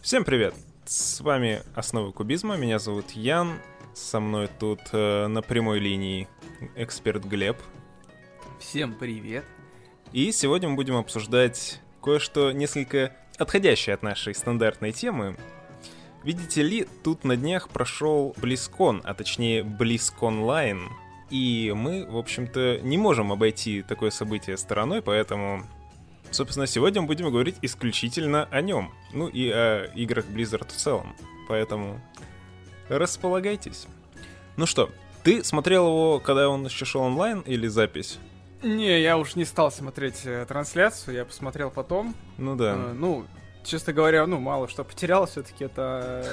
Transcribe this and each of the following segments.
Всем привет! С вами Основы кубизма, меня зовут Ян, со мной тут на прямой линии эксперт Глеб. Всем привет! И сегодня мы будем обсуждать кое-что несколько отходящее от нашей стандартной темы. Видите ли, тут на днях прошел BlizzCon, а точнее BlizzConline, и мы, в общем-то, не можем обойти такое событие стороной, поэтому... Собственно, сегодня мы будем говорить исключительно о нем. Ну и о играх Blizzard в целом. Поэтому располагайтесь. Ну что, ты смотрел его, когда он еще шел онлайн, или запись? Не, я уж не стал смотреть трансляцию, я посмотрел потом. Ну да. Честно говоря, мало что потерял, все-таки это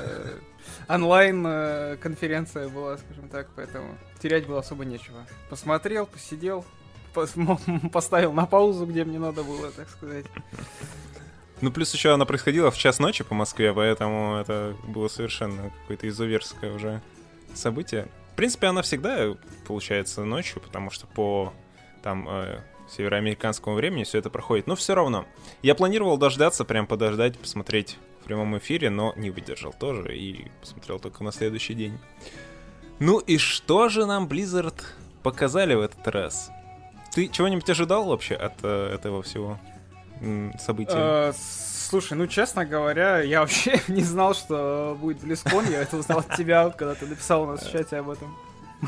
онлайн-конференция была, скажем так, поэтому терять было особо нечего. Посмотрел, посидел, поставил на паузу, где мне надо было, так сказать. Ну, плюс еще она происходила в час ночи по Москве, поэтому это было совершенно какое-то изуверское уже событие. В принципе, она всегда получается ночью, потому что по там североамериканскому времени все это проходит. Но все равно. Я планировал дождаться, прям подождать, посмотреть в прямом эфире, но не выдержал тоже и посмотрел только на следующий день. Ну и что же нам Blizzard показали в этот раз? Ты чего-нибудь ожидал вообще от этого всего события? Слушай, честно говоря, я вообще не знал, что будет BlizzCon. Я это узнал от тебя, когда ты написал у нас в чате об этом.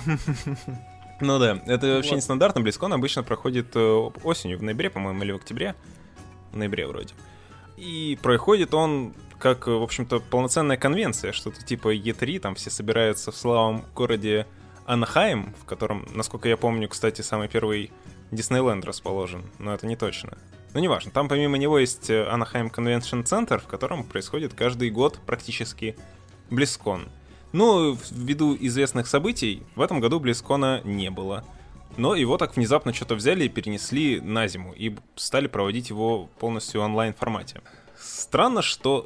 Ну да, это вообще нестандартно. BlizzCon обычно проходит осенью, в ноябре, по-моему, или в октябре. В ноябре вроде. И проходит он как, в общем-то, полноценная конвенция, что-то типа E3, там все собираются в славном городе Анахайм, в котором, насколько я помню, кстати, самый первый Диснейленд расположен, но это не точно. Но неважно, там помимо него есть Анахайм Конвеншн Центр, в котором происходит каждый год практически BlizzCon. Ну, ввиду известных событий, в этом году BlizzCon'а не было. Но его так внезапно что-то взяли и перенесли на зиму, и стали проводить его полностью в онлайн-формате. Странно, что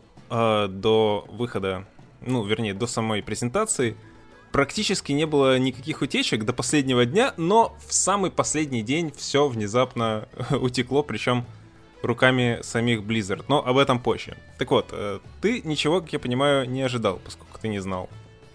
до выхода, до самой презентации, практически не было никаких утечек до последнего дня, но в самый последний день все внезапно утекло, причем руками самих Blizzard. Но об этом позже. Так вот, ты ничего, как я понимаю, не ожидал, поскольку ты не знал.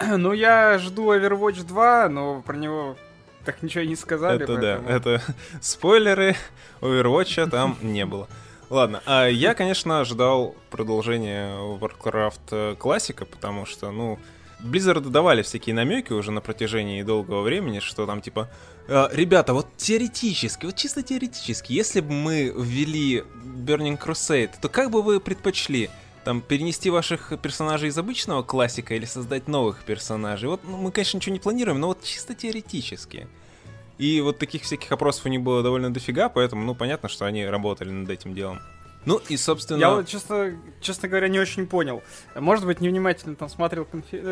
Я жду Overwatch 2, но про него так ничего и не сказали. Это поэтому... да, это спойлеры, Overwatch'а там не было. Ладно, а я, конечно, ожидал продолжения Warcraft классика, потому что, Blizzard давали всякие намеки уже на протяжении долгого времени, что там типа ребята, вот теоретически, вот чисто теоретически, если бы мы ввели Burning Crusade, то как бы вы предпочли? Там перенести ваших персонажей из обычного классика или создать новых персонажей? Вот мы, конечно, ничего не планируем, но вот чисто теоретически. И вот таких всяких опросов у них было довольно дофига, поэтому, понятно, что они работали над этим делом. Ну и, собственно... Я вот, честно говоря, не очень понял. Может быть, невнимательно там смотрел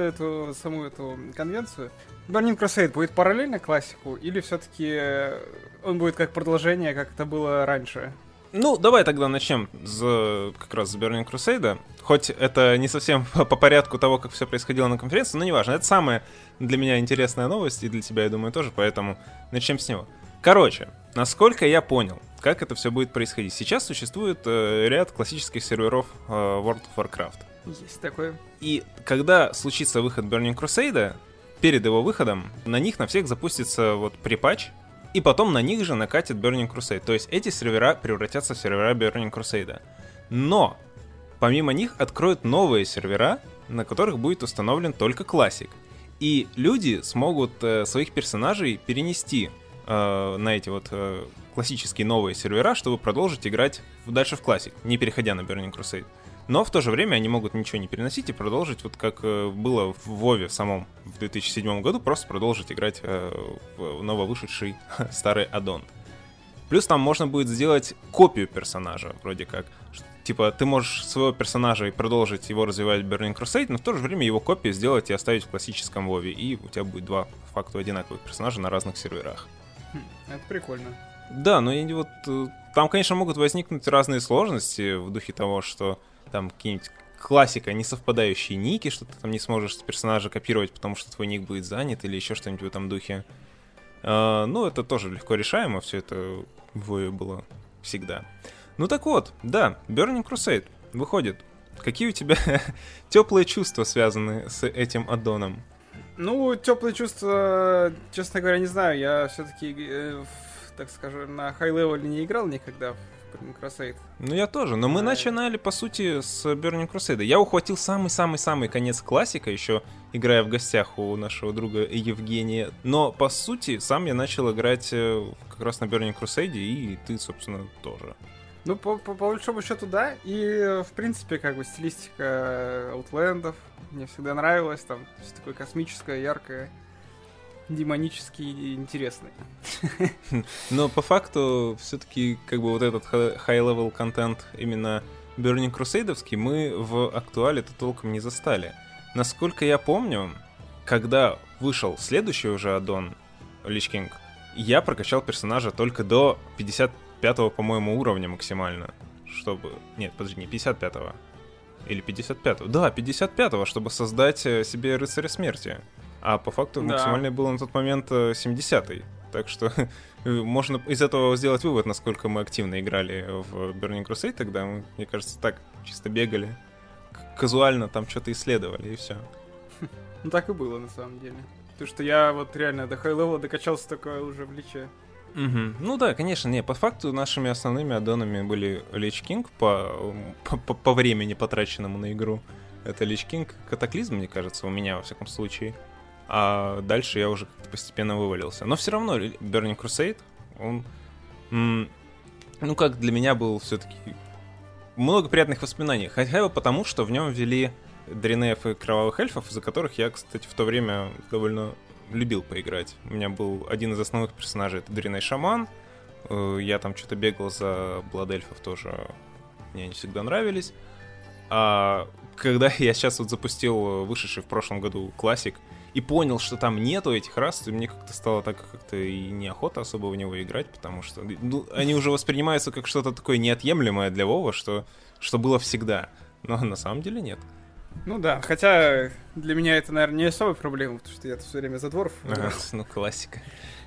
саму эту конвенцию. Burning Crusade будет параллельно классику, или все-таки он будет как продолжение, как это было раньше? Давай тогда начнем как раз с Burning Crusade. Хоть это не совсем по порядку того, как все происходило на конференции, но неважно. Это самая для меня интересная новость, и для тебя, я думаю, тоже, поэтому начнем с него. Короче, насколько я понял, как это все будет происходить. Сейчас существует ряд классических серверов World of Warcraft. Есть такое. И когда случится выход Burning Crusade, перед его выходом на них на всех запустится препатч, и потом на них же накатит Burning Crusade. То есть эти сервера превратятся в сервера Burning Crusade. Но помимо них откроют новые сервера, на которых будет установлен только классик. И люди смогут своих персонажей перенести на эти классические новые сервера, чтобы продолжить играть дальше в классик, не переходя на Burning Crusade. Но в то же время они могут ничего не переносить и продолжить, как было в Вове самом в 2007 году, просто продолжить играть в нововышедший старый аддон. Плюс там можно будет сделать копию персонажа, вроде как. Типа, ты можешь своего персонажа и продолжить его развивать в Burning Crusade, но в то же время его копию сделать и оставить в классическом Вове, и у тебя будет два по факту одинаковых персонажа на разных серверах. Это прикольно. Да, но там, конечно, могут возникнуть разные сложности в духе того, что там какие-нибудь классика, не совпадающие ники, что ты там не сможешь с персонажа копировать, потому что твой ник будет занят, или еще что-нибудь в этом духе. Это тоже легко решаемо, все это в WoW было всегда. Так вот, да, Burning Crusade выходит какие у тебя теплые чувства связаны с этим аддоном? Ну, теплые чувства, честно говоря, не знаю. Я все-таки, так скажем, на хай-левеле не играл никогда в Burning Crusade. Ну, я тоже. Но мы начинали, по сути, с Burning Crusade. Я ухватил самый-самый-самый конец классика, еще играя в гостях у нашего друга Евгения. Но, по сути, сам я начал играть как раз на Burning Crusade, и ты, собственно, тоже. Ну, по большому счету, да. И, в принципе, как бы стилистика Outland'ов мне всегда нравилась. Там все такое космическое, яркое, демонически и интересное. Но по факту, все-таки, как бы вот этот high-level контент именно Burning Crusade'овский мы в актуале-то толком не застали. Насколько я помню, когда вышел следующий уже аддон Lich King, я прокачал персонажа только до 55-го, по-моему, уровня максимально. Чтобы... Нет, подожди, не 55-го. Или 55-го. Да, 55-го, чтобы создать себе Рыцаря Смерти. А по факту максимальный был на тот момент 70-й. Так что можно из этого сделать вывод, насколько мы активно играли в Burning Crusade тогда. Мы, мне кажется, так чисто бегали, казуально там что-то исследовали, и все. Ну так и было, на самом деле. Потому что я вот реально до хай-левела докачался только уже в Личе. Угу. Ну да, конечно, не, по факту нашими основными аддонами были Lich King по времени, потраченному на игру. Это Lich King, Катаклизм, мне кажется, у меня, во всяком случае. А дальше я уже как-то постепенно вывалился. Но все равно Burning Crusade, он, ну как для меня был все-таки много приятных воспоминаний. Хотя бы потому, что в нем ввели дренеев и кровавых эльфов, за которых я, кстати, в то время довольно любил поиграть. У меня был один из основных персонажей, это Дреней Шаман. Я там что-то бегал за Бладельфов тоже. Мне они всегда нравились. А когда я сейчас вот запустил вышедший в прошлом году классик и понял, что там нету этих рас, то мне как-то стало так как-то и неохота особо в него играть, потому что они уже воспринимаются как что-то такое неотъемлемое для Вова, что было всегда. Но на самом деле нет. Ну да, хотя для меня это, наверное, не особая проблема, потому что я все время за дворф. Ну, классика.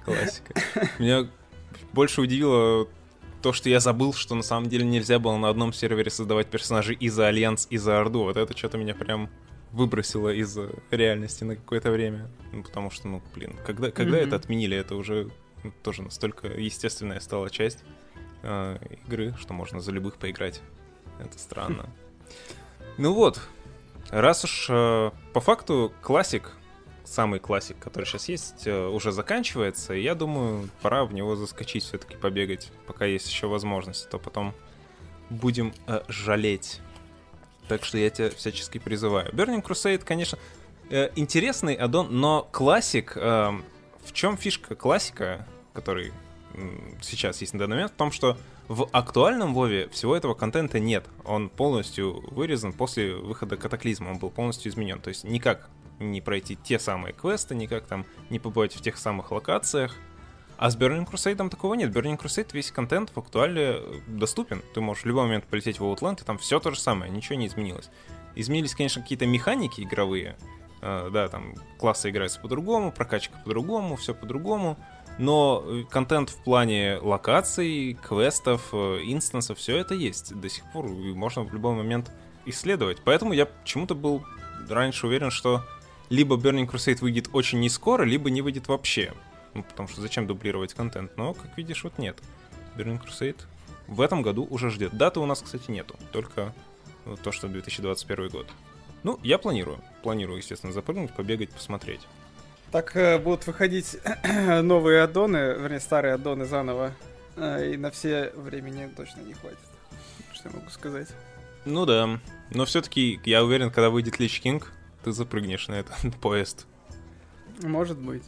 Меня больше удивило то, что я забыл, что на самом деле нельзя было на одном сервере создавать персонажей и за Альянс, и за Орду. Вот это что-то меня прям выбросило из реальности на какое-то время. Ну, потому что, когда это отменили, это уже тоже настолько естественная стала часть игры, что можно за любых поиграть. Это странно. Ну вот, раз уж по факту классик, самый классик, который сейчас есть, уже заканчивается, и я думаю, пора в него заскочить все-таки, побегать, пока есть еще возможность, то потом будем жалеть. Так что я тебя всячески призываю. Burning Crusade, конечно, интересный аддон, но классик... В чем фишка классика, который сейчас есть на данный момент, в том, что в актуальном Вове всего этого контента нет. Он полностью вырезан после выхода Катаклизма, он был полностью изменен. То есть никак не пройти те самые квесты, никак там не побывать в тех самых локациях. А с Burning Crusade такого нет. Burning Crusade весь контент в актуале доступен. Ты можешь в любой момент полететь в Outland, и там все то же самое, ничего не изменилось. Изменились, конечно, какие-то механики игровые. Да, там классы играются по-другому, прокачка по-другому, все по-другому. Но контент в плане локаций, квестов, инстансов, все это есть до сих пор, и можно в любой момент исследовать. Поэтому я почему-то был раньше уверен, что либо Burning Crusade выйдет очень не скоро, либо не выйдет вообще. Ну, потому что зачем дублировать контент? Но, как видишь, вот нет. Burning Crusade в этом году уже ждет. Даты у нас, кстати, нету, только то, что 2021 год. Ну, я планирую, естественно, запрыгнуть, побегать, посмотреть. Так будут выходить новые аддоны, вернее, старые аддоны заново, и на все времени точно не хватит, что я могу сказать. Ну да, но все-таки я уверен, когда выйдет Lich King, ты запрыгнешь на этот поезд. Может быть.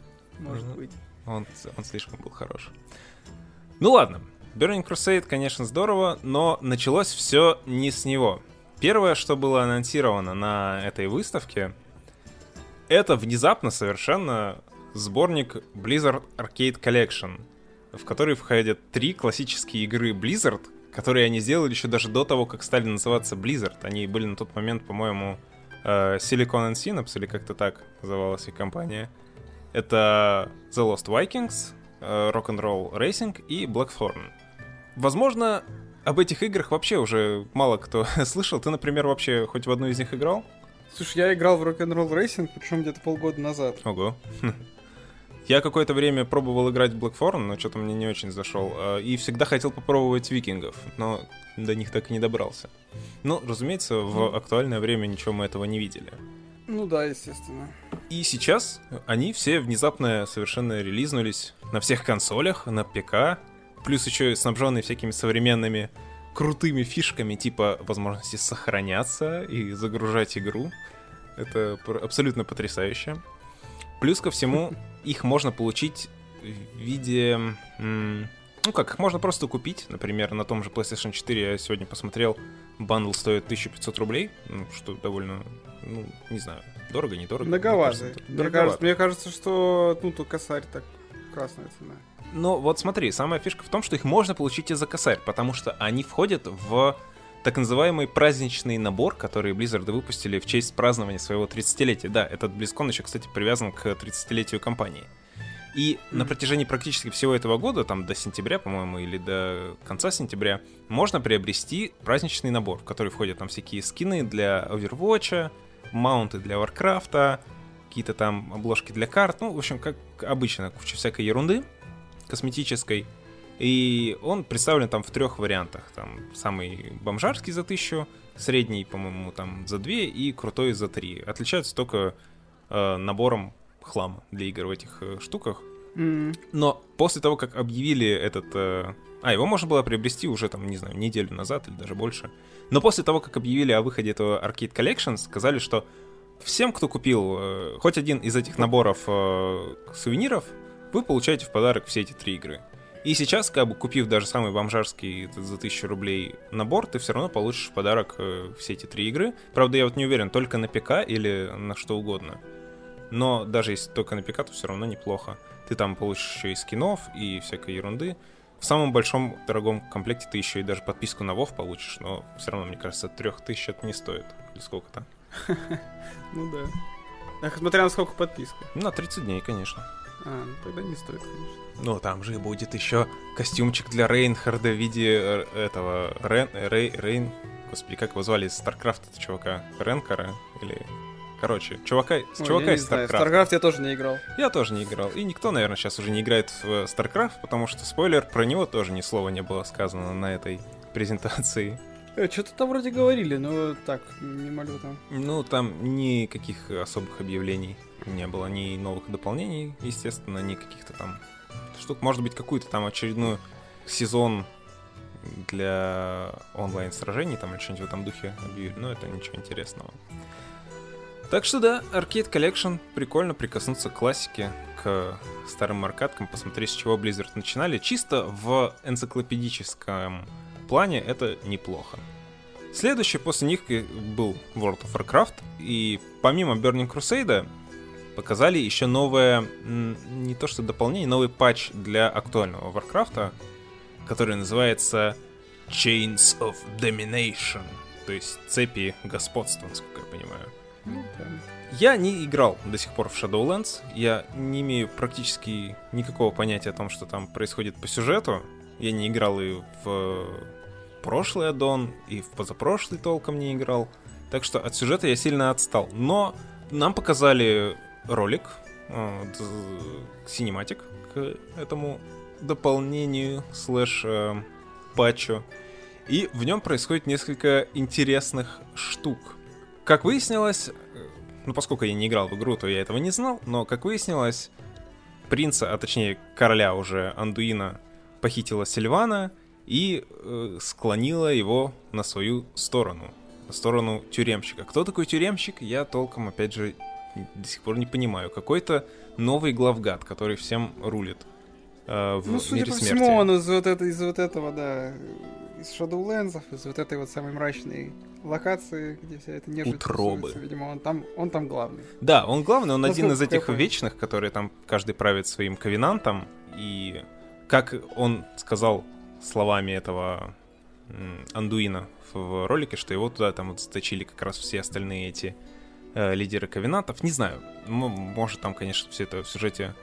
Он слишком был хорош. Ну ладно, Burning Crusade, конечно, здорово, но началось все не с него. Первое, что было анонсировано на этой выставке, это внезапно совершенно сборник Blizzard Arcade Collection, в который входят 3 классические игры Blizzard, которые они сделали еще даже до того, как стали называться Blizzard. Они были на тот момент, по-моему, Silicon and Synapse, или как-то так называлась их компания. Это The Lost Vikings, Rock'n'Roll Racing и Blackthorn. Возможно, об этих играх вообще уже мало кто слышал. Ты, например, вообще хоть в одну из них играл? Слушай, я играл в Rock'n'Roll Racing, причем где-то полгода назад. Ого. Я какое-то время пробовал играть в Black Thorn, но что-то мне не очень зашел. И всегда хотел попробовать викингов, но до них так и не добрался. Ну, разумеется, в актуальное время ничего мы этого не видели. Ну да, естественно. И сейчас они все внезапно совершенно релизнулись на всех консолях, на ПК, плюс еще и снабженные всякими современными крутыми фишками, типа возможности сохраняться и загружать игру. Это абсолютно потрясающе. Плюс ко всему, их можно получить в виде... Ну как, их можно просто купить. Например, на том же PlayStation 4 я сегодня посмотрел, бандл стоит 1500 рублей, что довольно, не знаю, дорого, недорого. Многовато. Мне кажется, что тут косарь так, красная цена. Но вот смотри, самая фишка в том, что их можно получить и за косарь, потому что они входят в так называемый праздничный набор, который Blizzard выпустили в честь празднования своего 30-летия. Да, этот BlizzCon еще, кстати, привязан к 30-летию компании. И на протяжении практически всего этого года, там до сентября, по-моему, или до конца сентября, можно приобрести праздничный набор, в который входят там всякие скины для Overwatch, маунты для Warcraft, какие-то там обложки для карт, в общем, как обычно, куча всякой ерунды косметической. И он представлен там в 3 вариантах. Там самый бомжарский за 1000, средний, по-моему, там за 2 и крутой за 3. Отличаются только набором хлама для игр в этих штуках. Но после того, как объявили этот... его можно было приобрести уже, там, не знаю, неделю назад или даже больше. Но после того, как объявили о выходе этого Arcade Collection, сказали, что всем, кто купил хоть один из этих наборов сувениров, вы получаете в подарок все эти 3 игры. И сейчас, купив даже самый бомжарский за 1000 рублей набор, ты все равно получишь в подарок все эти 3 игры. Правда, я вот не уверен, только на ПК или на что угодно. Но даже если только на ПК, то все равно неплохо. Ты там получишь еще и скинов, и всякой ерунды. В самом большом дорогом комплекте ты еще и даже подписку на WoW получишь, но все равно, мне кажется, 3000 это не стоит. Или сколько-то. Ну да. Так, смотря на сколько подписка. На 30 дней, конечно. Тогда не стоит, конечно. Ну, там же будет еще костюмчик для Рейнхарда в виде этого... Рейн... Господи, как его звали из StarCraft чувака? Ренкара? Или... Короче, чувака из StarCraft. StarCraft я тоже не играл. Я тоже не играл. И никто, наверное, сейчас уже не играет в StarCraft, потому что, спойлер, про него тоже ни слова не было сказано на этой презентации. Что-то там вроде говорили, но так, мимолетом. Ну, там никаких особых объявлений не было. Ни новых дополнений, естественно, ни каких-то там штук. Может быть, какую-то там очередную сезон для онлайн-сражений там или что-нибудь в этом духе объявили. Но это ничего интересного. Так что да, Arcade Collection, прикольно прикоснуться к классике, к старым аркадкам, посмотреть, с чего Blizzard начинали. Чисто в энциклопедическом плане это неплохо. Следующий после них был World of Warcraft, и помимо Burning Crusade показали еще новое, не то что дополнение, новый патч для актуального Warcraft, который называется Chains of Domination, то есть цепи господства, насколько я понимаю. Я не играл до сих пор в Shadowlands, я не имею практически никакого понятия о том, что там происходит по сюжету. Я не играл и в прошлый аддон, и в позапрошлый толком не играл. Так что от сюжета я сильно отстал. Но нам показали ролик, синематик к этому дополнению /патчу. И в нем происходит несколько интересных штук. Как выяснилось, поскольку я не играл в игру, то я этого не знал, но, как выяснилось, принца, а точнее короля уже Андуина, похитила Сильвана и склонила его на свою сторону, на сторону тюремщика. Кто такой тюремщик, я толком, опять же, до сих пор не понимаю. Какой-то новый главгад, который всем рулит в мире смерти. Судя по всему, он из этого, да, из Shadowlands, из вот этой вот самой мрачной локации, где вся эта нежить утробы. тусуется. Видимо, он там главный. Да, он главный, он один из этих вечных, которые там каждый правит своим ковенантом. И как он сказал словами этого Андуина в ролике, что его туда там вот заточили как раз все остальные эти лидеры ковенантов. Не знаю, может там, конечно, все это в сюжете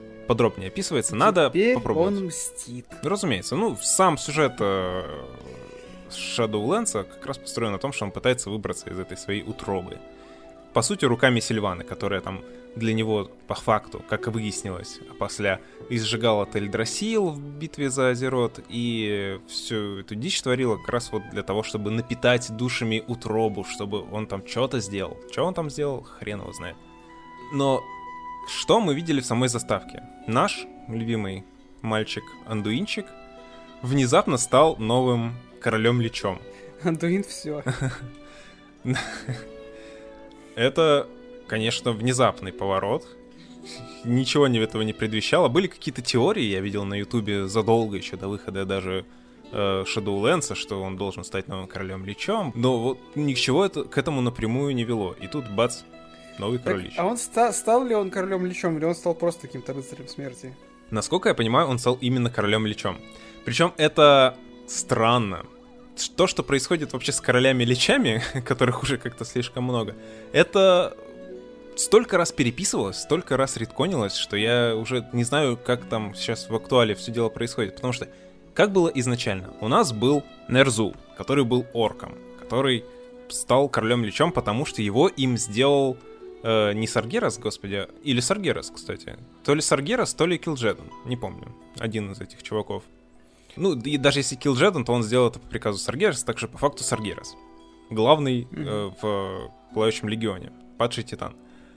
подробнее описывается. Надо Теперь попробовать. Он мстит. Разумеется. Сам сюжет Shadowlands как раз построен на том, что он пытается выбраться из этой своей утробы. По сути, руками Сильваны, которая там для него, по факту, как и выяснилось, после изжигала Тельдрасил в битве за Азерот и всю эту дичь творила как раз вот для того, чтобы напитать душами утробу, чтобы он там что-то сделал. Что он там сделал, хрен его знает. Но что мы видели в самой заставке? Наш любимый мальчик Андуинчик внезапно стал новым королем-личом. Андуин все. Это, конечно, внезапный поворот. Ничего этого не предвещало. Были какие-то теории, я видел на Ютубе задолго еще до выхода даже Shadowlands, что он должен стать новым королем-личом. Но вот ничего к этому напрямую не вело. И тут бац, новый король-лич. А он стал ли он королем-личом, или он стал просто каким-то рыцарем смерти? Насколько я понимаю, он стал именно королем-личом. Причем это странно. То, что происходит вообще с королями-личами, которых уже как-то слишком много, это столько раз переписывалось, столько раз редконилось, что я уже не знаю, как там сейчас в актуале все дело происходит. Потому что, как было изначально? У нас был Нерзул, который был орком, который стал королем-личом, потому что его им сделал не Саргерас, господи, или Саргерас, кстати. То ли Саргерас, то ли Килджедан, не помню. Один из этих чуваков. Ну, и даже если Килджедан, то он сделал это по приказу Саргераса, так что по факту Саргерас. Главный в Пылающем Легионе, падший титан.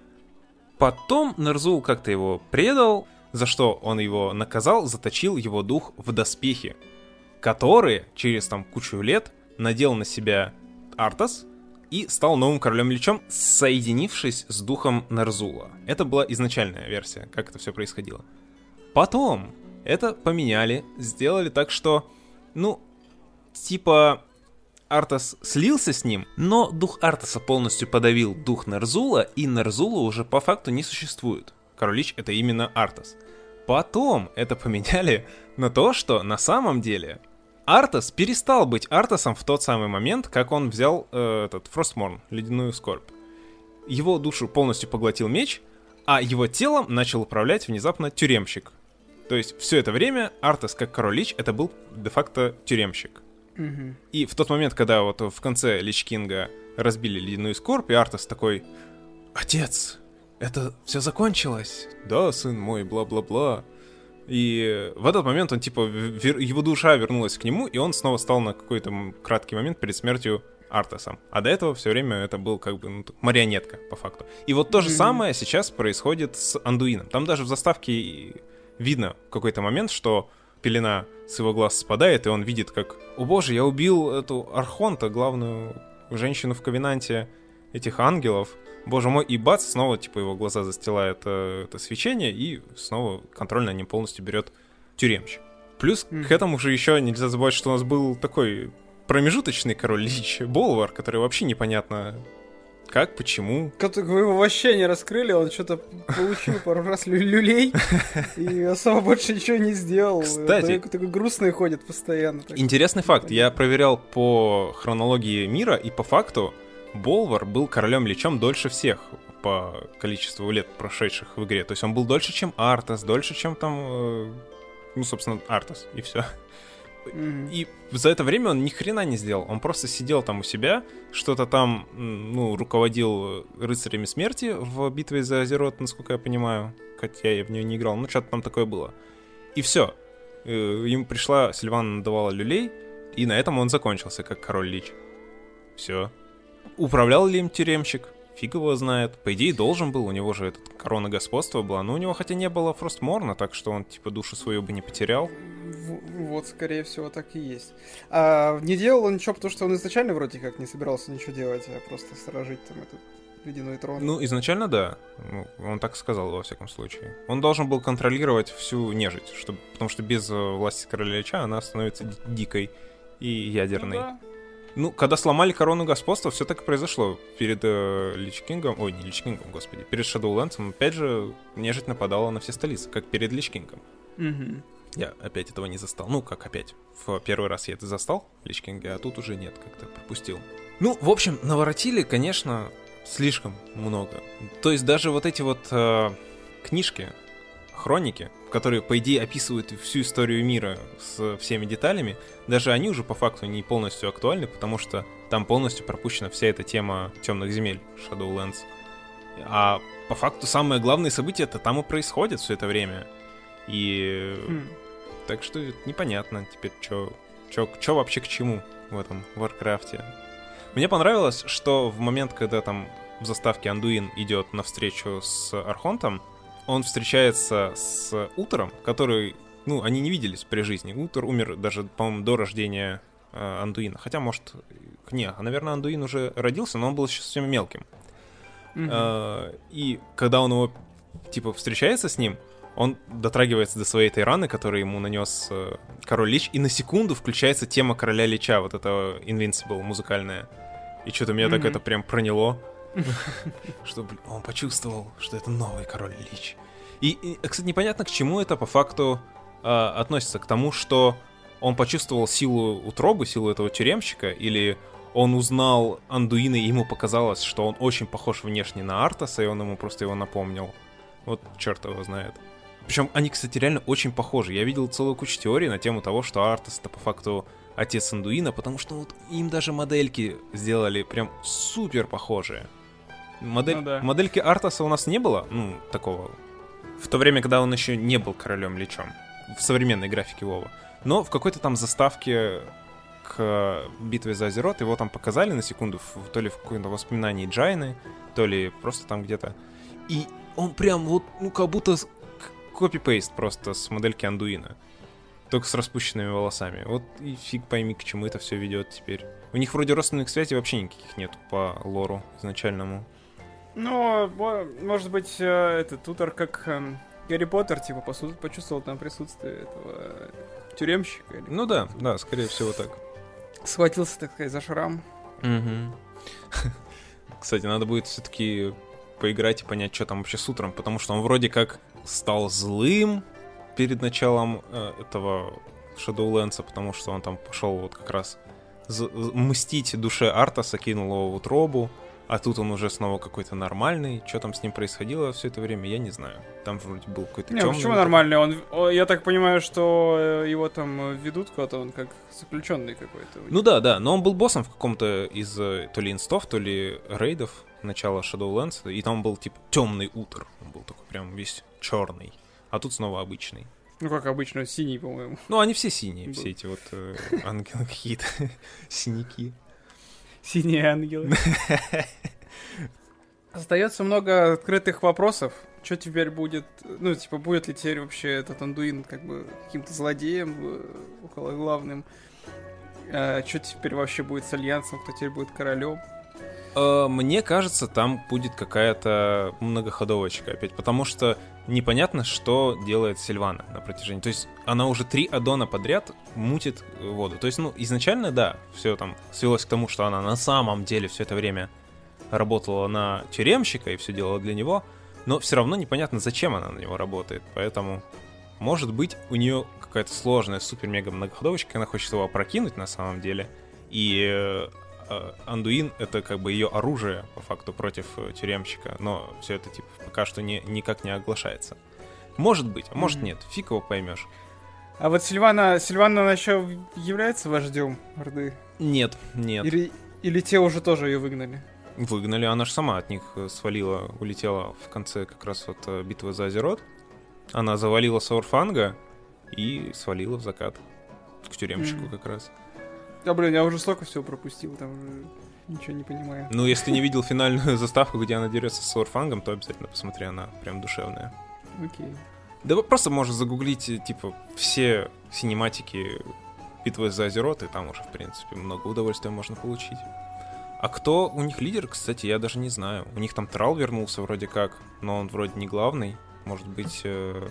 Потом Нерзул как-то его предал, за что он его наказал, заточил его дух в доспехи, которые через там кучу лет надел на себя Артас и стал новым королем-личом, соединившись с духом Нерзула. Это была изначальная версия, как это все происходило. Потом это поменяли, сделали так, что, ну, типа, Артас слился с ним, но дух Артаса полностью подавил дух Нерзула, и Нерзула уже по факту не существует. Король-лич — это именно Артас. Потом это поменяли на то, что на самом деле Артас перестал быть Артасом в тот самый момент, как он взял этот Фростморн, ледяную скорбь. Его душу полностью поглотил меч, а его телом начал управлять внезапно тюремщик. То есть все это время Артас как король-лич это был де-факто тюремщик. Угу. И в тот момент, когда вот в конце Лич Кинга разбили ледяную скорбь, и Артас такой: «Отец, это все закончилось?» «Да, сын мой, бла-бла-бла». И в этот момент он, типа, его душа вернулась к нему, и он снова стал на какой-то краткий момент перед смертью Артасом. А до этого все время это был как бы марионетка, по факту. И вот то же самое сейчас происходит с Андуином. Там даже в заставке видно в какой-то момент, что пелена с его глаз спадает, и он видит, как: «О боже, я убил эту Архонта, главную женщину в Ковенанте этих ангелов. Боже мой», и бац, снова, типа, его глаза застилает это свечение, и снова контроль над ним полностью берет тюремщик. Плюс к этому же еще нельзя забывать, что у нас был такой промежуточный король-лич Болвар, который вообще непонятно как, почему. Вы его вообще не раскрыли, он что-то получил пару раз люлей и особо больше ничего не сделал. Кстати, такой грустный ходит постоянно. Интересный факт. Я проверял по хронологии мира, и по факту Болвар был королем-личом дольше всех по количеству лет, прошедших в игре. То есть он был дольше, чем Артас, дольше, чем там, ну, собственно, Артас, и все. И за это время он ни хрена не сделал. Он просто сидел там у себя, что-то там, ну, руководил рыцарями смерти в битве за Азерот, насколько я понимаю. Хотя я в нее не играл, но что-то там такое было. И все. Ему пришла, Сильвана надавала люлей, и на этом он закончился, как король-лич. Все. Управлял ли им тюремщик? Фиг его знает. По идее, должен был. У него же этот корона господства была. Но у него хотя не было Фростморна, так что он, типа, душу свою бы не потерял. Вот, скорее всего, так и есть. А не делал он ничего, потому что он изначально вроде как не собирался ничего делать, а просто сторожить там этот ледяной трон. Ну, изначально да. Он так сказал, во всяком случае. Он должен был контролировать всю нежить, потому что без власти короля Лича она становится дикой и ядерной. Ну, да. Ну, когда сломали корону господства, все так и произошло. Перед Лич Кингом, ой, не Лич Кингом, господи, перед Shadowlands, опять же, нежить нападала на все столицы, как перед Лич Кингом. Угу. Я опять этого не застал. Ну, как опять? В первый раз я это застал в Лич Кинге, а тут уже нет, как-то пропустил. Ну, в общем, наворотили, конечно, слишком много. То есть даже вот эти вот книжки, хроники, которые, по идее, описывают всю историю мира с всеми деталями, даже они уже по факту не полностью актуальны, потому что там полностью пропущена вся эта тема темных земель Shadowlands. А по факту самое главное событие это там и происходит все это время. И так что непонятно теперь, что вообще к чему в этом Варкрафте. Мне понравилось, что в момент, когда там в заставке Андуин идет навстречу с Архонтом, он встречается с Утером, который, они не виделись при жизни. Утер умер даже, по-моему, до рождения Андуина. Хотя, может, наверное, Андуин уже родился, но он был еще совсем мелким. И когда он его, встречается с ним, он дотрагивается до своей этой раны, которую ему нанес Король Лич, и на секунду включается тема Короля Лича, вот это Invincible музыкальная. И что-то меня так это прям проняло. Что, он почувствовал, что это новый Король Лич. И, кстати, непонятно, к чему это по факту относится. К тому, что он почувствовал силу утробы, силу этого тюремщика, или он узнал Андуина, и ему показалось, что он очень похож внешне на Артаса, и он ему просто его напомнил. Вот черт его знает. Причем они, кстати, реально очень похожи. Я видел целую кучу теорий на тему того, что Артас — это по факту отец Андуина, потому что вот им даже модельки сделали прям супер похожие. Модельки Артаса у нас не было, такого. В то время, когда он еще не был Королем Личом. В современной графике Вова. Но в какой-то там заставке к битве за Азерот его там показали на секунду, то ли в каком-то воспоминании Джайны, то ли просто там где-то. И он прям вот, как будто копи-пейст просто с модельки Андуина. Только с распущенными волосами. Вот и фиг пойми, к чему это все ведет теперь. У них вроде родственных связей вообще никаких нету по лору изначальному. Может быть, этот Утер как Гарри Поттер, почувствовал там присутствие этого тюремщика. Или да, скорее всего так. Схватился, так сказать, за шрам. Кстати, надо будет все-таки поиграть и понять, что там вообще с Утером, потому что он вроде как стал злым перед началом этого Shadowlands, потому что он там пошел вот как раз мстить душе Артаса, кинул его в утробу, а тут он уже снова какой-то нормальный. Что там с ним происходило все это время, я не знаю. Там вроде был какой-то темный. Почему нормальный? Я так понимаю, что его там ведут куда-то, он как заключенный какой-то. Да, но он был боссом в каком-то из то ли инстов, то ли рейдов начала Shadowlands, и там был темный Утер. Он был такой прям весь черный. А тут снова обычный. Как обычно, синий, по-моему. Они все синие, все эти вот ангелы какие-то, синяки. Синие ангелы. Остается много открытых вопросов. Что теперь будет? Будет ли теперь вообще этот Андуин каким-то злодеем около главным? Что теперь вообще будет с Альянсом? Кто теперь будет королем? Мне кажется, там будет какая-то многоходовочка опять, потому что непонятно, что делает Сильвана на протяжении. То есть она уже 3 аддона подряд мутит воду. То есть, изначально, да, все там свелось к тому, что она на самом деле все это время работала на тюремщика и все делала для него, но все равно непонятно, зачем она на него работает. Поэтому, может быть, у нее какая-то сложная супер-мега-многоходовочка, она хочет его опрокинуть на самом деле, и Андуин — это ее оружие, по факту, против тюремщика, но все это, пока что никак не оглашается. Может быть, а может нет, фиг его поймешь. А вот Сильвана она еще является вождем Орды? Нет. Или те уже тоже ее выгнали? Выгнали, она же сама от них свалила, улетела в конце как раз вот битвы за Азерот. Она завалила Саурфанга и свалила в закат к тюремщику как раз. Я уже столько всего пропустил, там уже ничего не понимаю. Если ты не видел финальную заставку, где она дерется с Саурфангом, то обязательно посмотри, она прям душевная. Окей. Да вы просто можешь загуглить, все синематики битвы за Азерот, и там уже, в принципе, много удовольствия можно получить. А кто у них лидер, кстати, я даже не знаю. У них там Трал вернулся вроде как, но он вроде не главный. Может быть...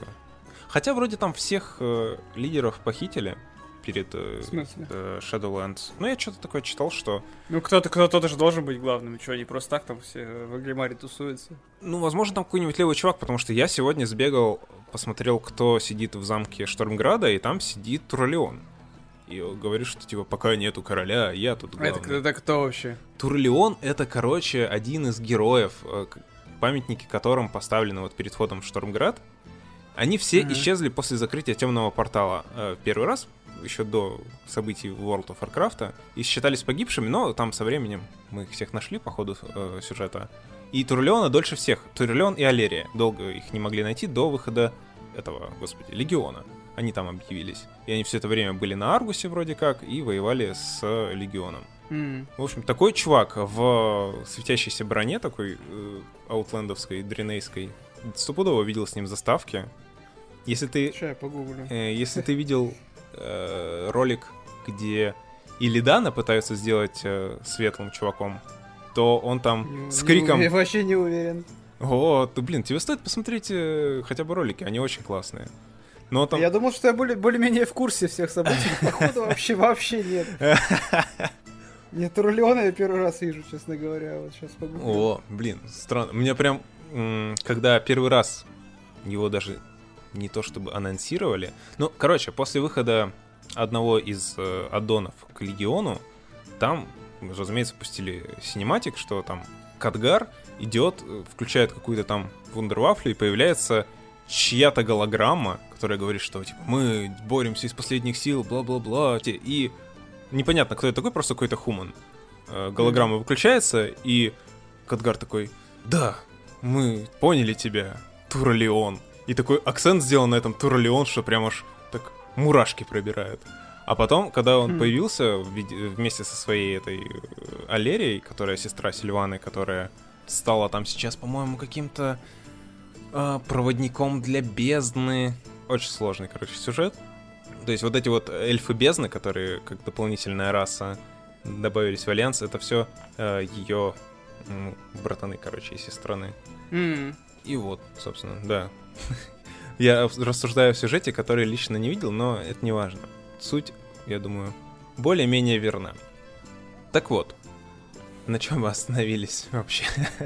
Хотя вроде там всех лидеров похитили перед Shadowlands. Я что-то такое читал, что... Кто-то же должен быть главным. Что, они просто так там все в Аглимаре тусуются? Возможно, там какой-нибудь левый чувак, потому что я сегодня сбегал, посмотрел, кто сидит в замке Штормграда, и там сидит Турлеон. И говорит, что, пока нету короля, я тут главный. Это кто вообще? Турлеон — это, один из героев, памятники которым поставлены вот перед входом в Штормград. Они все исчезли после закрытия темного портала первый раз, еще до событий World of Warcraft, и считались погибшими, но там со временем мы их всех нашли по ходу сюжета. И Турлеона дольше всех. Турлеон и Алерия. Долго их не могли найти до выхода этого, господи, Легиона. Они там объявились. И они все это время были на Аргусе вроде как и воевали с Легионом. В общем, такой чувак в светящейся броне, такой аутлендовской, дренейской, стопудово видел с ним заставки. Если ты... Сейчас я погуглю. Если ты видел ролик, где Иллидана пытаются сделать светлым чуваком, то он там с криком... Я вообще не уверен. О, блин, тебе стоит посмотреть хотя бы ролики, они очень классные. Но там... Я думал, что я более-менее в курсе всех событий, но походу вообще нет. Нет, Турлеона я первый раз вижу, честно говоря, вот сейчас погуглю. О, блин, странно. Меня прям, когда первый раз его даже не то чтобы анонсировали, ну, короче, после выхода одного из аддонов к Легиону, там, разумеется, пустили синематик, что там Кадгар идет, включает какую-то там вундервафлю, и появляется чья-то голограмма, которая говорит, что типа мы боремся из последних сил, бла-бла-бла, и непонятно, кто это такой, просто какой-то хуман. Голограмма выключается, и Кадгар такой: да, мы поняли тебя, Турлеон. И такой акцент сделан на этом Турлеон, что прям аж так мурашки пробирают. А потом, когда он появился вместе со своей этой Алерией, которая сестра Сильваны, которая стала там сейчас, по-моему, каким-то проводником для бездны. Очень сложный, короче, сюжет. То есть вот эти вот эльфы бездны, которые как дополнительная раса добавились в Альянс, это все ее братаны, короче, и сестраны. И вот, собственно, да. Я рассуждаю о сюжете, который лично не видел, но это не важно. Суть, я думаю, более-менее верна. Так вот, на чем мы остановились вообще?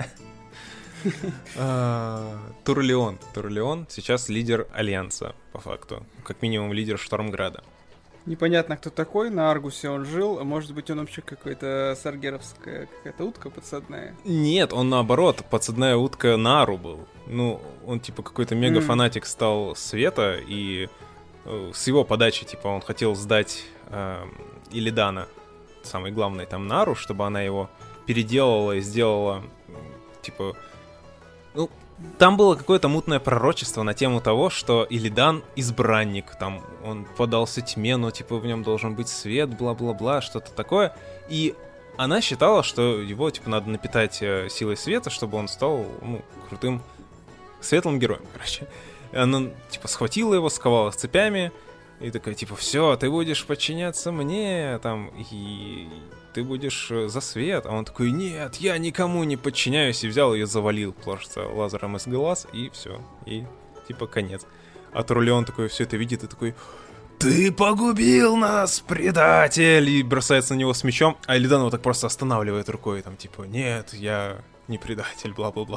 Турлеон. Турлеон сейчас лидер Альянса, по факту. Как минимум лидер Штормграда. Непонятно, кто такой, на Аргусе он жил, а может быть он вообще какой-то саргеровская какая-то утка подсадная? Нет, он наоборот, подсадная утка Нару был. Ну, он типа какой-то мега-фанатик стал Света, и с его подачи, типа, он хотел сдать Иллидана, самый главный там Нару, чтобы она его переделала и сделала, типа... Ну, там было какое-то мутное пророчество на тему того, что Иллидан избранник, там он подался тьме, но типа в нем должен быть свет, бла-бла-бла, что-то такое. И она считала, что его типа надо напитать силой света, чтобы он стал, ну, крутым светлым героем, короче. И она типа схватила его, сковала цепями и такая типа: все, ты будешь подчиняться мне, там, и ты будешь за свет. А он такой: нет, я никому не подчиняюсь. И взял ее, завалил просто лазером из глаз, и все. И типа конец. А Турлеон такой все это видит и такой: ты погубил нас, предатель! И бросается на него с мечом. А Иллидан его так просто останавливает рукой. Там типа: нет, я не предатель, бла-бла-бла.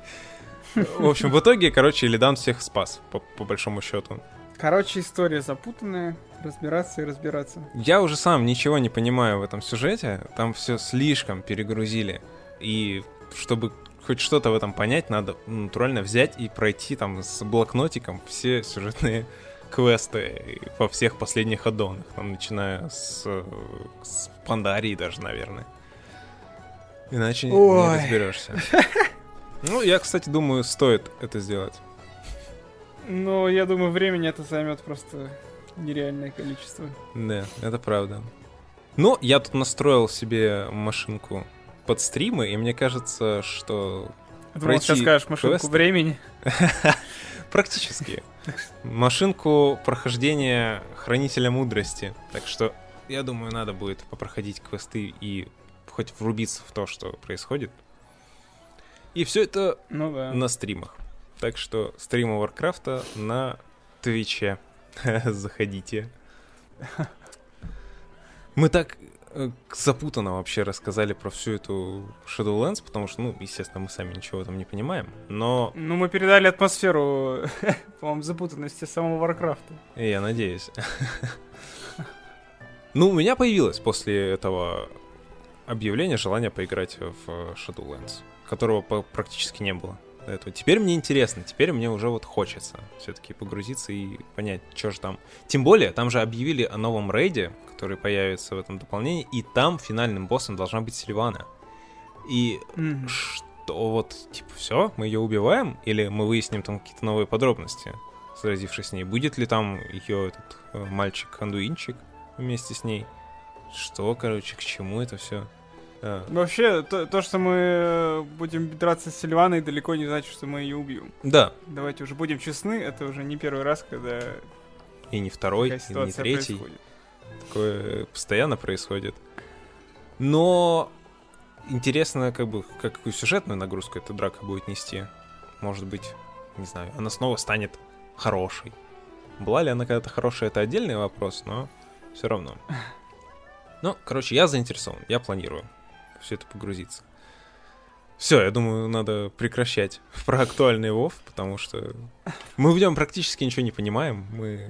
В общем, в итоге, короче, Иллидан всех спас, по большому счету. Короче, история запутанная, разбираться и разбираться. Я уже сам ничего не понимаю в этом сюжете, там все слишком перегрузили. И чтобы хоть что-то в этом понять, надо натурально взять и пройти там с блокнотиком все сюжетные квесты во всех последних аддонах, там, начиная с Пандарии даже, наверное. Иначе не разберешься. Ну, я, кстати, думаю, стоит это сделать. Ну, я думаю, времени это займет просто нереальное количество. Да, это правда. Ну, я тут настроил себе машинку под стримы, и мне кажется, что... Думал, сейчас скажешь машинку времени. Практически. Машинку прохождения Хранителя Мудрости. Так что, я думаю, надо будет попроходить квесты и хоть врубиться в то, что происходит. И все это на стримах. Так что стримы Варкрафта на Твиче. Заходите. Мы так запутанно вообще рассказали про всю эту Shadowlands, потому что, ну, естественно, мы сами ничего в этом не понимаем, но... Ну, мы передали атмосферу, по-моему, запутанности самого Варкрафта. Я надеюсь. Ну, у меня появилось после этого объявления желание поиграть в Shadowlands, которого практически не было. до этого. Теперь мне интересно, теперь мне уже вот хочется все-таки погрузиться и понять, что же там. Тем более, там же объявили о новом рейде, который появится в этом дополнении, и там финальным боссом должна быть Сильвана. И что вот, типа, все, мы ее убиваем, или мы выясним там какие-то новые подробности, сразившись с ней? Будет ли там ее этот мальчик-андуинчик вместе с ней? Что, короче, к чему это все? Вообще, то, что мы будем драться с Сильваной, далеко не значит, что мы ее убьем. Да. Давайте уже будем честны, это уже не первый раз, когда и не второй, и не третий. Происходит. Такое постоянно происходит. Но интересно, как бы, какую сюжетную нагрузку эта драка будет нести. Может быть, не знаю, она снова станет хорошей. Была ли она когда-то хорошая, это отдельный вопрос, но все равно. Ну, короче, я заинтересован, я планирую все это погрузиться. Все, я думаю, надо прекращать про актуальный WoW, потому что мы в нем практически ничего не понимаем.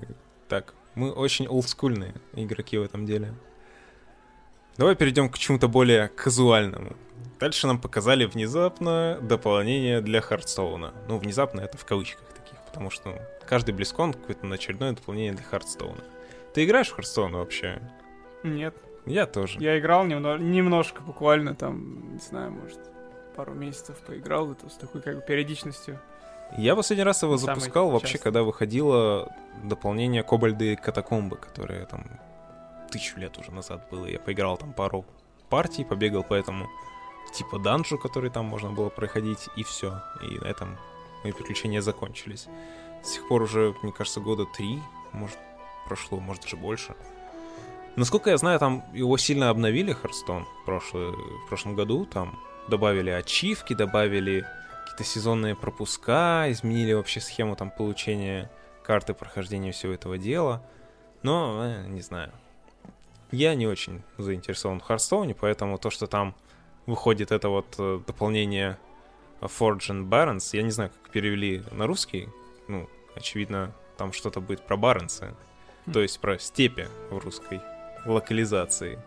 Мы очень олдскульные игроки в этом деле. Давай перейдем к чему-то более казуальному. Дальше нам показали внезапно дополнение для Хардстоуна. Ну, внезапно это в кавычках таких, потому что каждый BlizzCon какое-то очередное дополнение для Хардстоуна. Ты играешь в Хардстоун вообще? Нет. Я тоже. Я играл немножко, буквально там, не знаю, может, пару месяцев поиграл, это с такой как бы периодичностью. Я последний раз его запускал вообще, когда выходило дополнение Кобальды и Катакомбы, которое там 1000 лет уже назад было. Я поиграл там пару партий, побегал по этому типа данжу, который там можно было проходить, и все. И на этом мои приключения закончились. С тех пор уже, мне кажется, года 3, может, прошло, может, даже больше. Насколько я знаю, там его сильно обновили, Hearthstone, в прошлом году. Там добавили ачивки, добавили какие-то сезонные пропуска, изменили вообще схему там получения карты прохождения всего этого дела. Но, не знаю. Я не очень заинтересован в Hearthstone, поэтому то, что там выходит это вот дополнение Forged Barrens, я не знаю, как перевели на русский. Ну, очевидно, там что-то будет про баронсы. То есть про степи в русской локализации.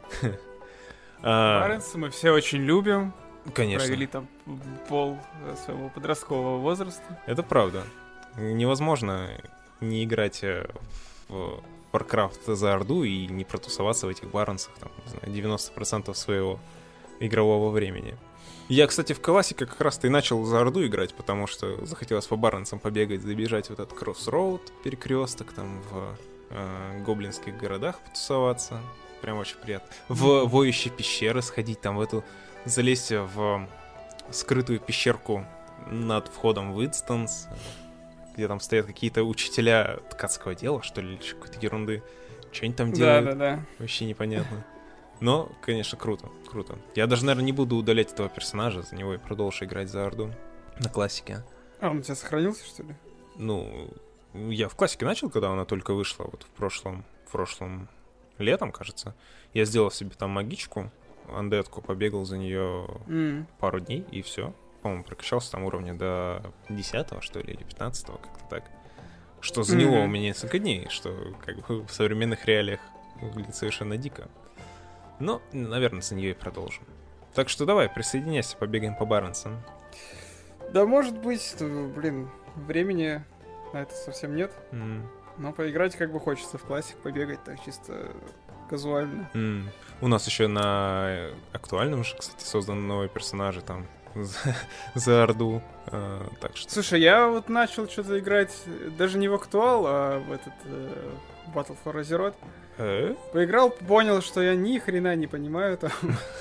Баронсы мы все очень любим. Конечно. Провели там пол своего подросткового возраста. Это правда. Невозможно не играть в Warcraft за Орду и не протусоваться в этих баронсах там, не знаю, 90% своего игрового времени. Я, кстати, в классике как раз-то и начал за Орду играть, потому что захотелось по баронцам побегать, забежать в этот Crossroad, перекресток, там в гоблинских городах потусоваться. Прям очень приятно. В воющие пещеры сходить, там в эту... залезть в скрытую пещерку над входом в Инстанс, где там стоят какие-то учителя ткацкого дела, что ли, или какой-то ерунды. Что они там делают? Да. Вообще непонятно. Но, конечно, круто. Я даже, наверное, не буду удалять этого персонажа, за него и продолжу играть за Орду на классике. А он у тебя сохранился, что ли? Ну, я в классике начал, когда она только вышла, вот в прошлом летом, кажется. Я сделал себе там магичку, андетку, побегал за нее пару дней, и все. По-моему, прокачался там уровня до 10-го, что ли, или 15-го, как-то так. Что заняло у меня несколько дней, что как бы в современных реалиях выглядит совершенно дико. Но, наверное, за нее и продолжим. Так что давай, присоединяйся, побегаем по баронсам. Да, может быть, времени на это совсем нет. Но поиграть как бы хочется в классик, побегать так чисто казуально. У нас еще на актуальном же, кстати, созданы новые персонажи там за Орду. Так что... Слушай, я вот начал что-то играть даже не в актуал, а в этот Battle for Azeroth. Поиграл, понял, что я ни хрена не понимаю там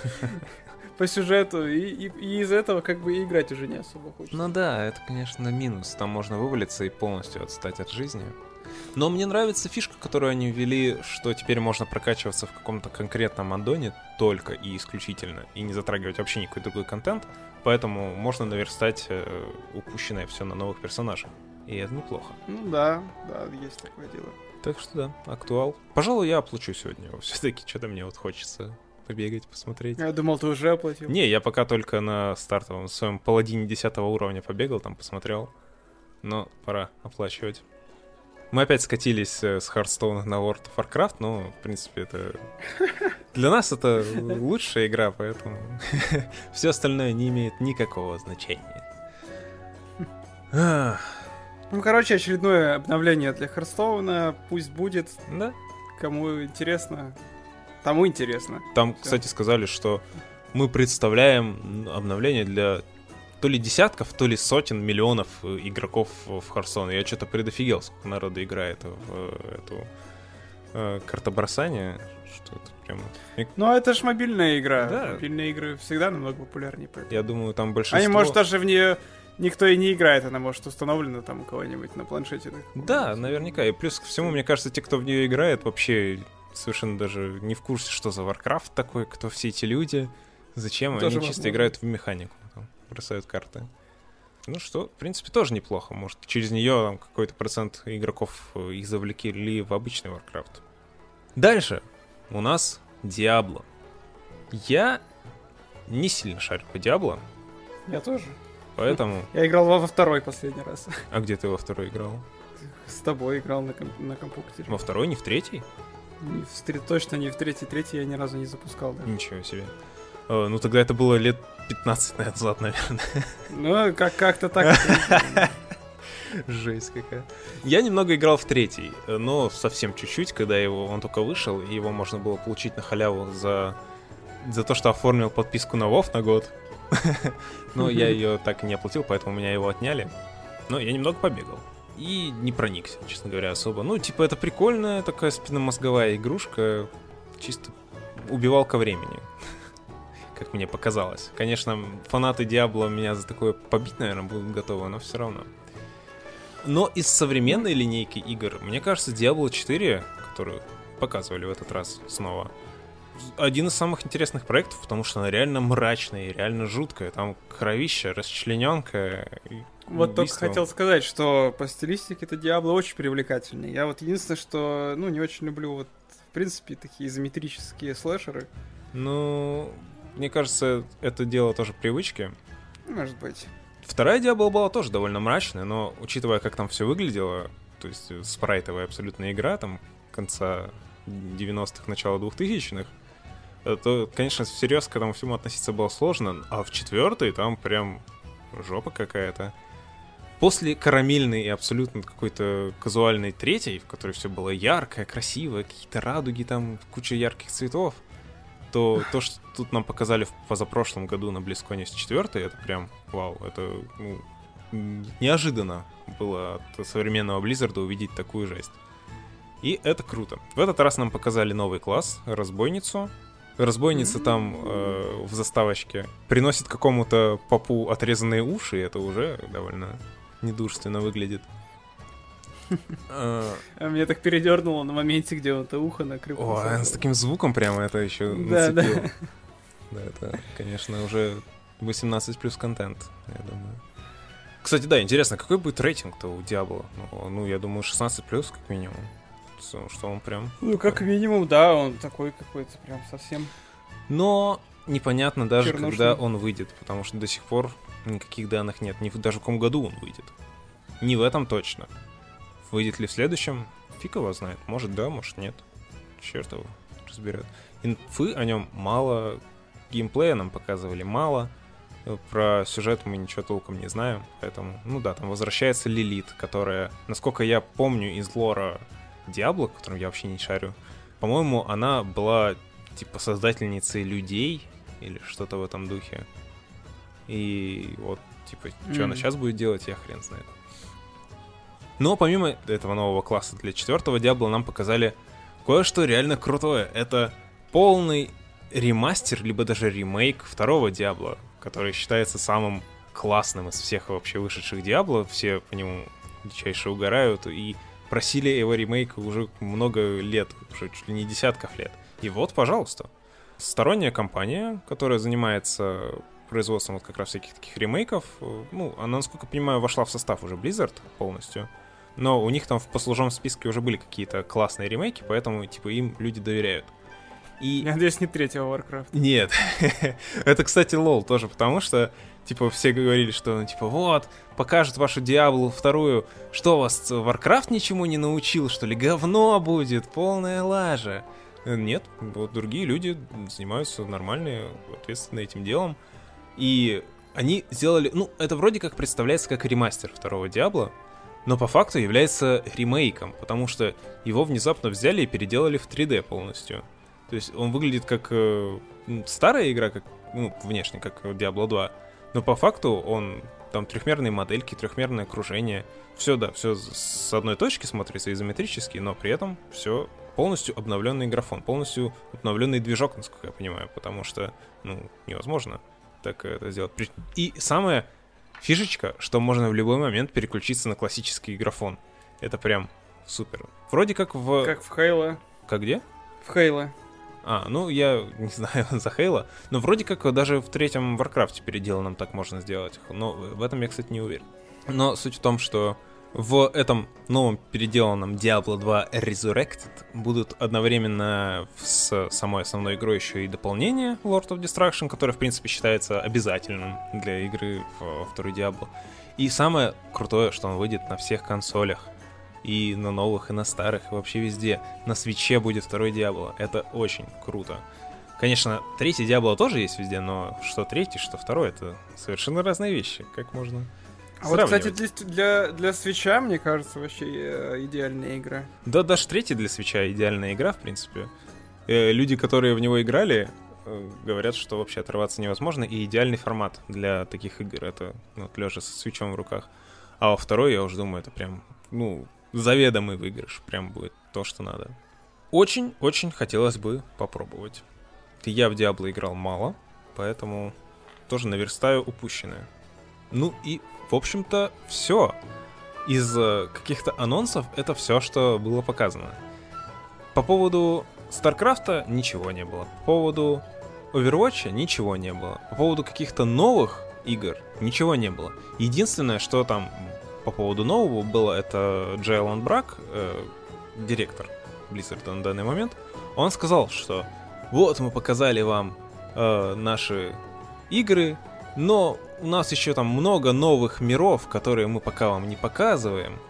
по сюжету, и из этого как бы играть уже не особо хочется. Ну да, это, конечно, минус. Там можно вывалиться и полностью отстать от жизни. Но мне нравится фишка, которую они ввели, что теперь можно прокачиваться в каком-то конкретном аддоне только и исключительно, и не затрагивать вообще никакой другой контент, поэтому можно наверстать упущенное все на новых персонажах. И это неплохо. Ну да, есть такое дело. Так что да, актуал. Пожалуй, я оплачу сегодня его. Все-таки что-то мне вот хочется побегать, посмотреть. Я думал, ты уже оплатил. Не, я пока только на стартовом своем паладине 10 уровня побегал, там посмотрел. Но пора оплачивать. Мы опять скатились с Hearthstone на World of Warcraft, но, в принципе, это... Для нас это лучшая игра, поэтому все остальное не имеет никакого значения. Ну, короче, очередное обновление для Хардстоуна. Пусть будет. Да. Кому интересно, тому интересно. Там, Всё. кстати, сказали, что мы представляем обновление для то ли десятков, то ли сотен миллионов игроков в Hearthstone. Я что-то предофигел, сколько народу играет в эту картобросание. Что это прям... Ну, это ж мобильная игра. Да. Мобильные игры всегда намного популярнее. Поэтому. Я думаю, там большинство... Они, может, даже в нее никто и не играет, она, может, установлена там у кого-нибудь на планшете. Да, наверняка. И плюс ко всему, мне кажется, те, кто в нее играет, вообще совершенно даже не в курсе, что за Warcraft такой, кто все эти люди, зачем. Тоже Они чисто возможно. играют в механику, там, бросают карты. Ну что, в принципе, тоже неплохо. Может, через нее там, какой-то процент игроков их завлекли в обычный Warcraft. Дальше у нас Diablo. Я не сильно шарю по Diablo, Я тоже. поэтому... Я играл во второй последний раз. А где ты во второй играл? С тобой играл на компьютере. Во второй, не в третий? Точно не в третий. Третий я ни разу не запускал. Да. Ничего себе. Ну, тогда это было лет 15 назад, наверное. Ну, как-то так. Жесть какая. Я немного играл в третий, но совсем чуть-чуть, когда он только вышел, и его можно было получить на халяву за то, что оформил подписку на WoW на год. Но я ее так и не оплатил, поэтому у меня его отняли. Но я немного побегал. И не проникся, честно говоря, особо. Ну, типа, это прикольная такая спинномозговая игрушка. Чисто убивалка времени. Как мне показалось. Конечно, фанаты Диабло меня за такое побить, наверное, будут готовы, но все равно. Но из современной линейки игр, мне кажется, Diablo 4, которую показывали в этот раз снова, один из самых интересных проектов, потому что она реально мрачная и реально жуткая. Там кровища, расчлененка. Вот только хотел сказать, что по стилистике это Diablo очень привлекательный. Я вот единственное, что, не очень люблю вот, в принципе, такие изометрические слэшеры. Ну, мне кажется, это дело тоже привычки. Может быть. Вторая Diablo была тоже довольно мрачная, но учитывая, как там все выглядело, то есть спрайтовая абсолютная игра, там, конца 90-х, начала 2000-х, то, конечно, всерьез к этому всему относиться было сложно, а в четвертой там прям жопа какая-то. После карамельной и абсолютно какой-то казуальной третьей, в которой все было яркое, красивое, какие-то радуги, там куча ярких цветов, то, что тут нам показали в позапрошлом году на BlizzCon с 4, это прям, вау, это неожиданно было от современного Blizzard увидеть такую жесть. И это круто. В этот раз нам показали новый класс, разбойницу. Разбойница там в заставочке приносит какому-то попу отрезанные уши, и это уже довольно недурственно выглядит. Меня так передернуло на моменте, где он это ухо накрыл. О, с таким звуком прямо это еще Да. нацепил. Да, это, конечно, уже 18+ контент, я думаю. Кстати, да, интересно, какой будет рейтинг-то у Diablo? Ну, я думаю, 16+, как минимум. Что он прям... Ну, как минимум, да, он такой какой-то прям совсем... Но непонятно даже, чернушный. когда он выйдет, потому что до сих пор никаких данных нет. Даже в каком году он выйдет. Не в этом точно. Выйдет ли в следующем? Фиг его знает. Может да, может нет. Черт его разберет. Инфы о нем мало, геймплея нам показывали мало. Про сюжет мы ничего толком не знаем. Поэтому, ну да, там возвращается Лилит, которая, насколько я помню из лора Диабло, в котором я вообще не шарю, по-моему, она была типа создательницей людей или что-то в этом духе. И вот, типа, что она сейчас будет делать, я хрен знает. Но помимо этого нового класса для 4-го Diablo нам показали кое-что реально крутое. Это полный ремастер, либо даже ремейк второго Diablo, который считается самым классным из всех вообще вышедших Diablo. Все по нему дичайше угорают и просили его ремейка уже много лет, уже чуть ли не десятков лет. И вот, пожалуйста. Сторонняя компания, которая занимается производством вот как раз всяких таких ремейков, ну, она, насколько я понимаю, вошла в состав уже Blizzard полностью. Но у них там в послужном списке уже были какие-то классные ремейки, поэтому, типа, им люди доверяют. И... Я надеюсь, не третьего Warcraft. Нет. Это, кстати, лол тоже, потому что, типа, все говорили, что, ну, типа, вот, покажут вашу Diablo вторую. Что, вас Warcraft ничему не научил, что ли? Говно будет, полная лажа. Нет, вот другие люди занимаются нормально, ответственно этим делом. И они сделали... Ну, это вроде как представляется как ремастер второго Диабло, но по факту является ремейком, потому что его внезапно взяли и переделали в 3D полностью. То есть он выглядит как старая игра, как, ну, внешне, как Diablo 2, но по факту он... Там трехмерные модельки, трехмерное окружение. Все, да, все с одной точки смотрится изометрически, но при этом все полностью обновленный графон, полностью обновленный движок, насколько я понимаю, потому что, ну, невозможно так это сделать. И самая фишечка, что можно в любой момент переключиться на классический графон. Это прям супер. Вроде как в... Как в Halo. Как где? В Halo. Ну, я не знаю за Halo, но вроде как даже в третьем Warcraft переделанном так можно сделать. Но в этом я, кстати, не уверен. Но суть в том, что в этом новом переделанном Diablo 2 Resurrected будут одновременно с самой основной игрой еще и дополнение Lord of Destruction, которое, в принципе, считается обязательным для игры во второй Diablo. И самое крутое, что он выйдет на всех консолях. И на новых, и на старых, и вообще везде. На Свитче будет второй Диабло. Это очень круто. Конечно, третий Диабло тоже есть везде, но что третий, что второй, это совершенно разные вещи. Как можно сравнивать? Вот, кстати, для Свитча, мне кажется, вообще идеальная игра. Да, даже третий для Свитча идеальная игра, в принципе. Люди, которые в него играли, говорят, что вообще оторваться невозможно, и идеальный формат для таких игр. Это вот лежа со Свитчом в руках. А во второй, я уже думаю, это прям, ну... заведомый выигрыш. Прям будет то, что надо. Очень-очень хотелось бы попробовать. Я в Диабло играл мало, поэтому тоже наверстаю упущенное. Ну и, в общем-то, все. Из каких-то анонсов это все, что было показано. По поводу Старкрафта ничего не было. По поводу Overwatch ничего не было. По поводу каких-то новых игр ничего не было. Единственное, что там... По поводу нового было, это Джейлон Брак, директор Blizzard на данный момент. Он сказал, что вот мы показали вам наши игры, но у нас еще там много новых миров, которые мы пока вам не показываем.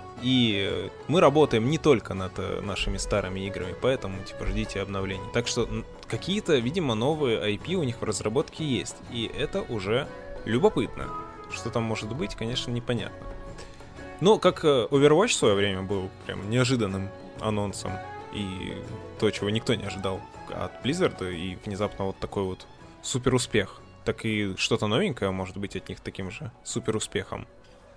И мы работаем не только над нашими старыми играми, поэтому типа ждите обновлений. Так что какие-то, видимо, новые IP у них в разработке есть. И это уже любопытно. Что там может быть, конечно, непонятно. Но как Overwatch в свое время был прям неожиданным анонсом, и то, чего никто не ожидал от Blizzard, и внезапно вот такой вот супер успех, так и что-то новенькое может быть от них таким же супер успехом.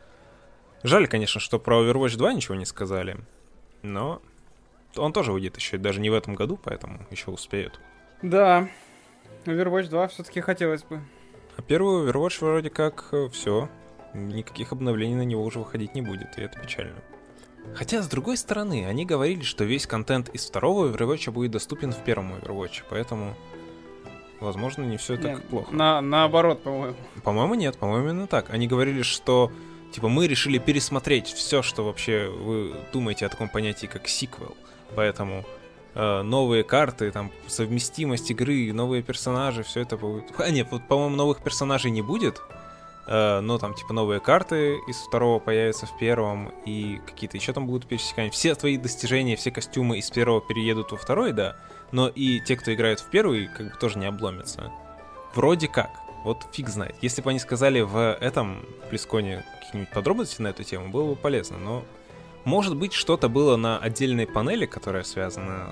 Жаль, конечно, что про Overwatch 2 ничего не сказали, но он тоже выйдет еще даже не в этом году, поэтому еще успеют. Да, Overwatch 2 все-таки хотелось бы. А первый Overwatch вроде как все. Никаких обновлений на него уже выходить не будет, и это печально. Хотя, с другой стороны, они говорили, что весь контент из второго Overwatch будет доступен в первом Overwatch, поэтому, возможно, не все так плохо. Наоборот, по-моему. По-моему, нет, по-моему, именно так. Они говорили, что, типа, мы решили пересмотреть все, что вообще вы думаете о таком понятии, как сиквел, поэтому новые карты, там, совместимость игры, новые персонажи, все это будет... нет, вот, по-моему, новых персонажей не будет, но там, типа, новые карты из второго появятся в первом, и какие-то еще там будут пересекания. Все твои достижения, все костюмы из первого переедут во второй, да, но и те, кто играет в первый, как бы тоже не обломятся. Вроде как. Вот фиг знает. Если бы они сказали в этом Близконе какие-нибудь подробности на эту тему, было бы полезно, но может быть что-то было на отдельной панели, которая связана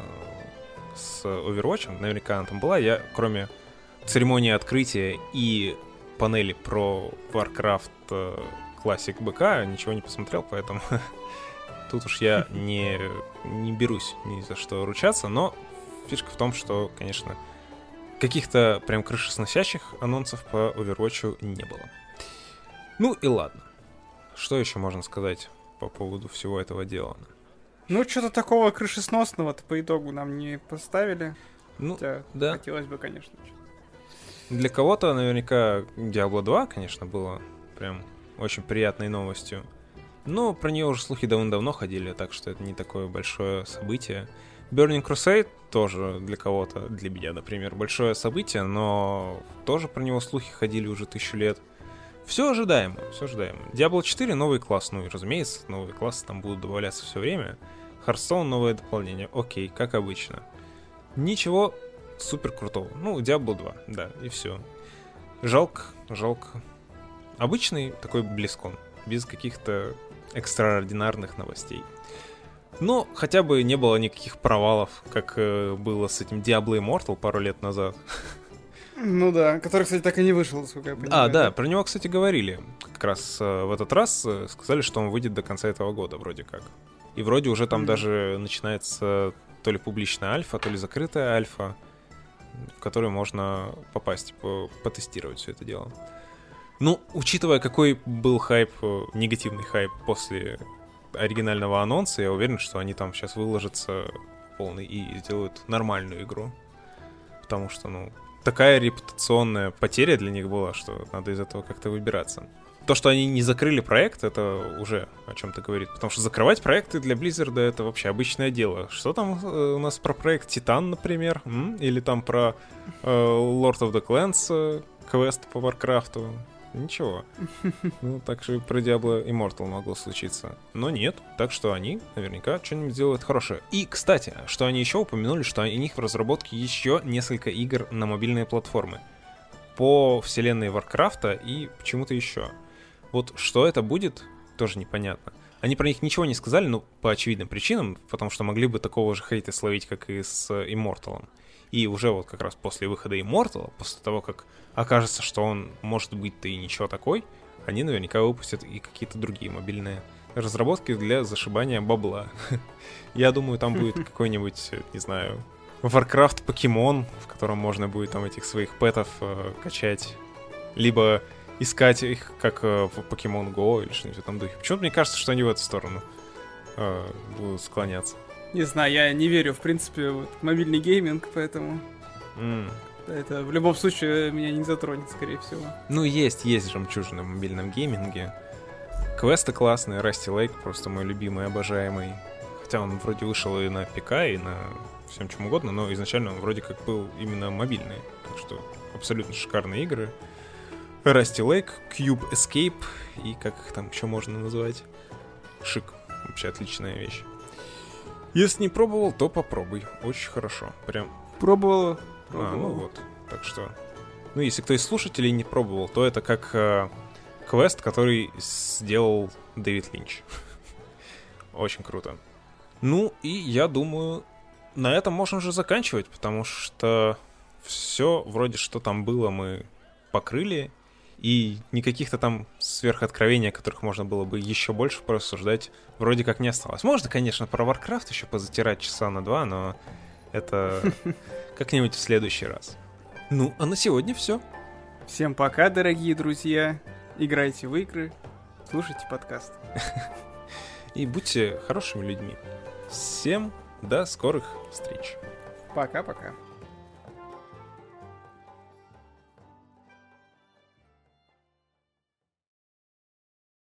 с Overwatch, наверняка она там была. Я, кроме церемонии открытия и панели про Warcraft Classic БК, ничего не посмотрел, поэтому тут уж я не берусь ни за что ручаться, но фишка в том, что, конечно, каких-то прям крышесносящих анонсов по Overwatch не было. Ну и ладно. Что еще можно сказать по поводу всего этого дела? Ну, что-то такого крышесносного-то по итогу нам не поставили. Ну, хотя да. Хотелось бы, конечно. Для кого-то наверняка Diablo 2, конечно, было прям очень приятной новостью. Но про нее уже слухи давно-давно ходили, так что это не такое большое событие. Burning Crusade тоже для кого-то, для меня, например, большое событие, но тоже про него слухи ходили уже 1000 лет. Все ожидаемо, все ожидаемо. Diablo 4 новый класс, ну и разумеется, новые классы там будут добавляться все время. Hearthstone новое дополнение, окей, как обычно. Ничего супер крутого. Ну, Diablo 2, да, и все. Жалко. Обычный такой BlizzCon, без каких-то экстраординарных новостей. Но хотя бы не было никаких провалов, как было с этим Diablo Immortal пару лет назад. Ну да, который, кстати, так и не вышел, насколько я понимаю. Да, про него, кстати, говорили. Как раз в этот раз сказали, что он выйдет до конца этого года, вроде как. И вроде уже там даже начинается то ли публичная альфа, то ли закрытая альфа, в которую можно попасть, потестировать все это дело. Ну, учитывая, какой был хайп, негативный хайп после оригинального анонса, я уверен, что они там сейчас выложатся полный и сделают нормальную игру. Потому что, такая репутационная потеря для них была, что надо из этого как-то выбираться. То, что они не закрыли проект, это уже о чем-то говорит. Потому что закрывать проекты для Blizzard — это вообще обычное дело. Что там у нас про проект Титан, например? Или там про Lord of the Clans, квест по Варкрафту? Ничего. Так же про Diablo Immortal могло случиться. Но нет, так что они наверняка что-нибудь сделают хорошее. И, кстати, что они еще упомянули, что у них в разработке еще несколько игр на мобильные платформы. По вселенной Варкрафта и почему-то еще. Вот что это будет, тоже непонятно. Они про них ничего не сказали, по очевидным причинам, потому что могли бы такого же хейта словить, как и с Immortal. И уже вот как раз после выхода Immortal, после того, как окажется, что он может быть-то и ничего такой, они наверняка выпустят и какие-то другие мобильные разработки для зашибания бабла. Я думаю, там будет какой-нибудь, не знаю, Warcraft Покемон, в котором можно будет там этих своих пэтов качать, либо искать их, как в Pokemon Go или что-нибудь в этом духе. Почему-то мне кажется, что они в эту сторону будут склоняться. Не знаю, я не верю, в принципе, в мобильный гейминг, поэтому... Это в любом случае меня не затронет, скорее всего. Есть жемчужины в мобильном гейминге. Квесты классные, Rusty Lake просто мой любимый, обожаемый. Хотя он вроде вышел и на ПК, и на всем чем угодно, но изначально он вроде как был именно мобильный. Так что абсолютно шикарные игры. Rusty Lake, Cube Escape и как их там еще можно назвать. Шик. Вообще отличная вещь. Если не пробовал, то попробуй. Очень хорошо. Прям. Пробовал. Вот. Так что... если кто из слушателей не пробовал, то это как квест, который сделал Дэвид Линч. Очень круто. И я думаю, на этом можно уже заканчивать, потому что все вроде что там было мы покрыли, и никаких-то там сверхоткровений, о которых можно было бы еще больше порассуждать, вроде как не осталось. Можно, конечно, про Warcraft еще позатирать часа на 2, но это как-нибудь в следующий раз. А на сегодня все. Всем пока, дорогие друзья. Играйте в игры, слушайте подкаст. И будьте хорошими людьми. Всем до скорых встреч. Пока-пока.